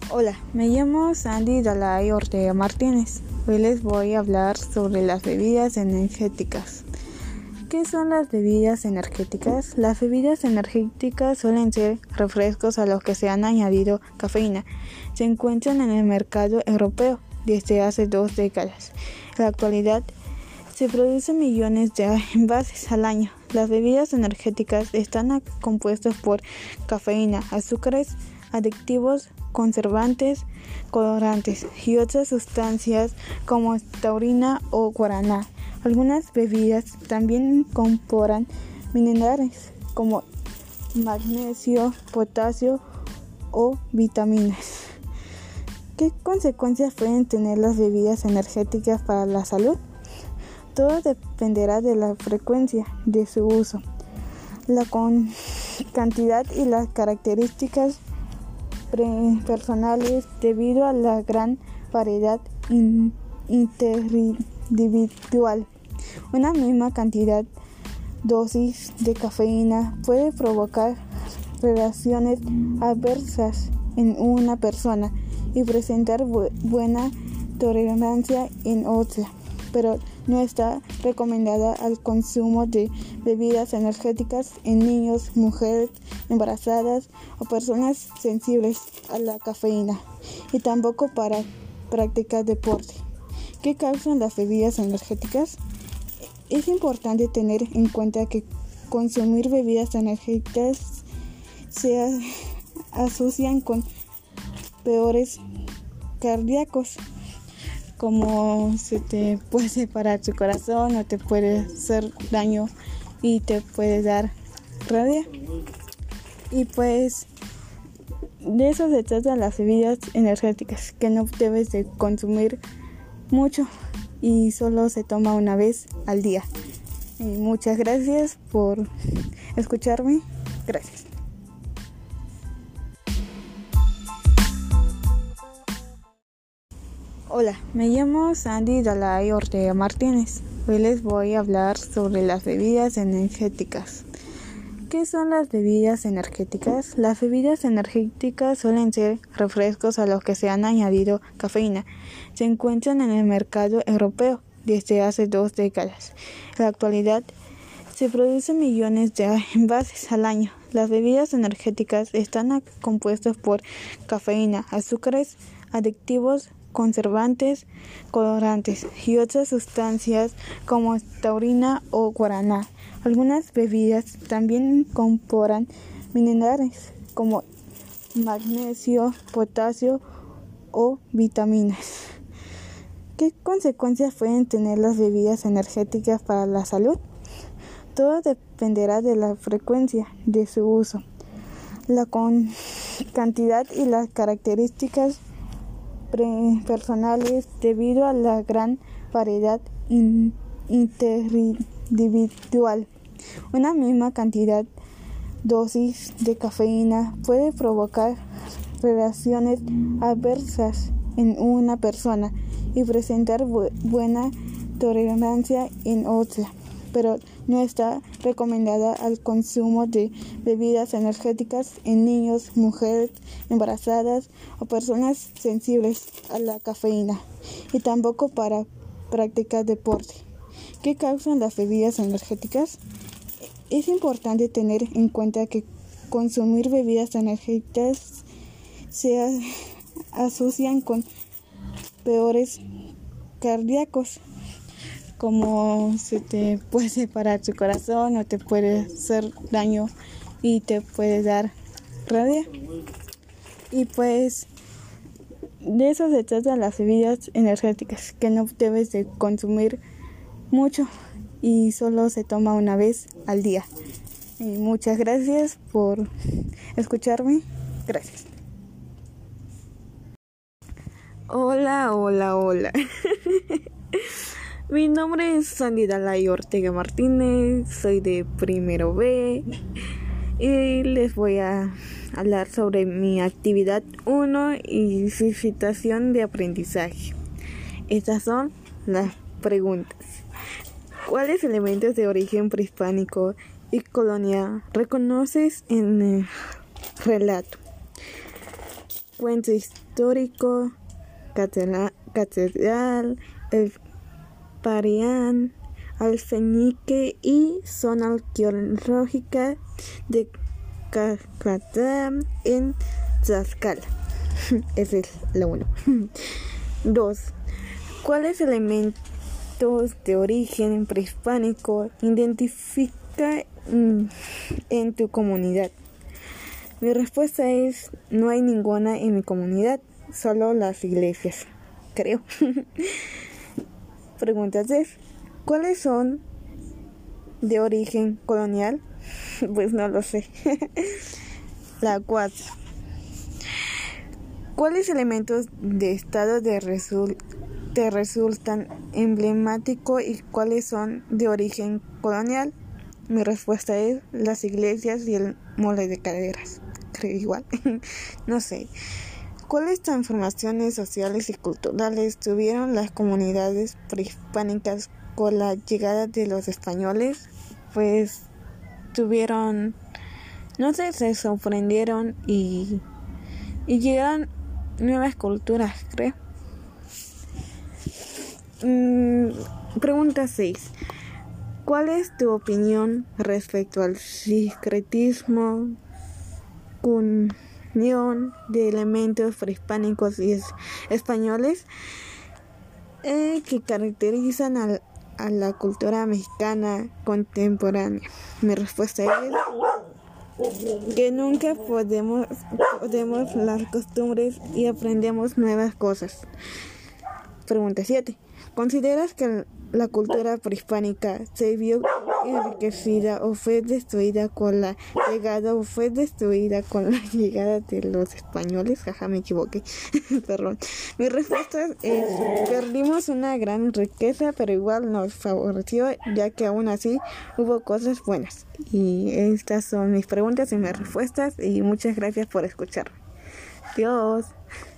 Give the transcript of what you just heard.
Hola, me llamo Sandy Dalai Ortega Martínez. Hoy les voy a hablar sobre las bebidas energéticas. ¿Qué son las bebidas energéticas? Las bebidas energéticas suelen ser refrescos a los que se han añadido cafeína. Se encuentran en el mercado europeo desde hace 2 décadas. En la actualidad, se producen millones de envases al año. Las bebidas energéticas están compuestas por cafeína, azúcares, aditivos, conservantes, colorantes y otras sustancias como taurina o guaraná. Algunas bebidas también incorporan minerales como magnesio, potasio o vitaminas. ¿Qué consecuencias pueden tener las bebidas energéticas para la salud? Todo dependerá de la frecuencia de su uso, la cantidad y las características personales debido a la gran variedad interindividual. Una misma cantidad dosis de cafeína puede provocar reacciones adversas en una persona y presentar buena tolerancia en otra, pero no está recomendada al consumo de bebidas energéticas en niños, mujeres embarazadas o personas sensibles a la cafeína, y tampoco para practicar deporte. ¿Qué causan las bebidas energéticas? Es importante tener en cuenta que consumir bebidas energéticas se asocian con peores cardíacos, como se te puede separar tu corazón o te puede hacer daño y te puede dar rabia. Y pues de eso se tratan las bebidas energéticas, que no debes de consumir mucho y solo se toma una vez al día. Y muchas gracias por escucharme. Gracias. Hola, me llamo Sandy Dalai Ortega Martínez. Hoy les voy a hablar sobre las bebidas energéticas. ¿Qué son las bebidas energéticas? Las bebidas energéticas suelen ser refrescos a los que se han añadido cafeína. Se encuentran en el mercado europeo desde hace 2 décadas. En la actualidad, se producen millones de envases al año. Las bebidas energéticas están compuestas por cafeína, azúcares, aditivos, conservantes, colorantes y otras sustancias como taurina o guaraná. Algunas bebidas también incorporan minerales como magnesio, potasio o vitaminas. ¿Qué consecuencias pueden tener las bebidas energéticas para la salud? Todo dependerá de la frecuencia de su uso, la cantidad y las características personales debido a la gran variedad interindividual. Una misma cantidad dosis de cafeína puede provocar reacciones adversas en una persona y presentar buena tolerancia en otra, pero no está recomendada al consumo de bebidas energéticas en niños, mujeres embarazadas o personas sensibles a la cafeína, y tampoco para practicar deporte. ¿Qué causan las bebidas energéticas? Es importante tener en cuenta que consumir bebidas energéticas se asocian con peores cardíacos, como se te puede separar tu corazón o te puede hacer daño y te puede dar rabia. Y pues de eso se tratan las bebidas energéticas, que no debes de consumir mucho y solo se toma una vez al día. Y muchas gracias por escucharme. Gracias. Hola. Mi nombre es Sandy Dalai Ortega Martínez, soy de primero B y les voy a hablar sobre mi actividad 1 y su situación de aprendizaje. Estas son las preguntas. ¿Cuáles elementos de origen prehispánico y colonial reconoces en el relato? Puente histórico, catedral, el Parián, Alfeñique y zona arqueológica de Cacatlán en Tlaxcala. Ese es lo 1. 2. ¿Cuáles elementos de origen prehispánico identifica en tu comunidad? Mi respuesta es: no hay ninguna en mi comunidad, solo las iglesias, creo. Pregunta 3. ¿Cuáles son de origen colonial? Pues no lo sé. La 4. ¿Cuáles elementos de estado te resultan emblemáticos y cuáles son de origen colonial? Mi respuesta es las iglesias y el mole de caderas. Creo igual. No sé. ¿Cuáles transformaciones sociales y culturales tuvieron las comunidades prehispánicas con la llegada de los españoles? Pues tuvieron, no sé, se sorprendieron y llegaron nuevas culturas, creo. Pregunta 6. ¿Cuál es tu opinión respecto al sincretismo, unión de elementos prehispánicos y españoles que caracterizan a la cultura mexicana contemporánea? Mi respuesta es que nunca podemos las costumbres y aprendemos nuevas cosas. Pregunta 7. ¿Consideras que la cultura prehispánica se vio enriquecida o fue destruida con la llegada de los españoles? Jaja, me equivoqué. Perdón. Mi respuesta es: perdimos una gran riqueza, pero igual nos favoreció, ya que aún así hubo cosas buenas. Y estas son mis preguntas y mis respuestas, y muchas gracias por escuchar. Adiós.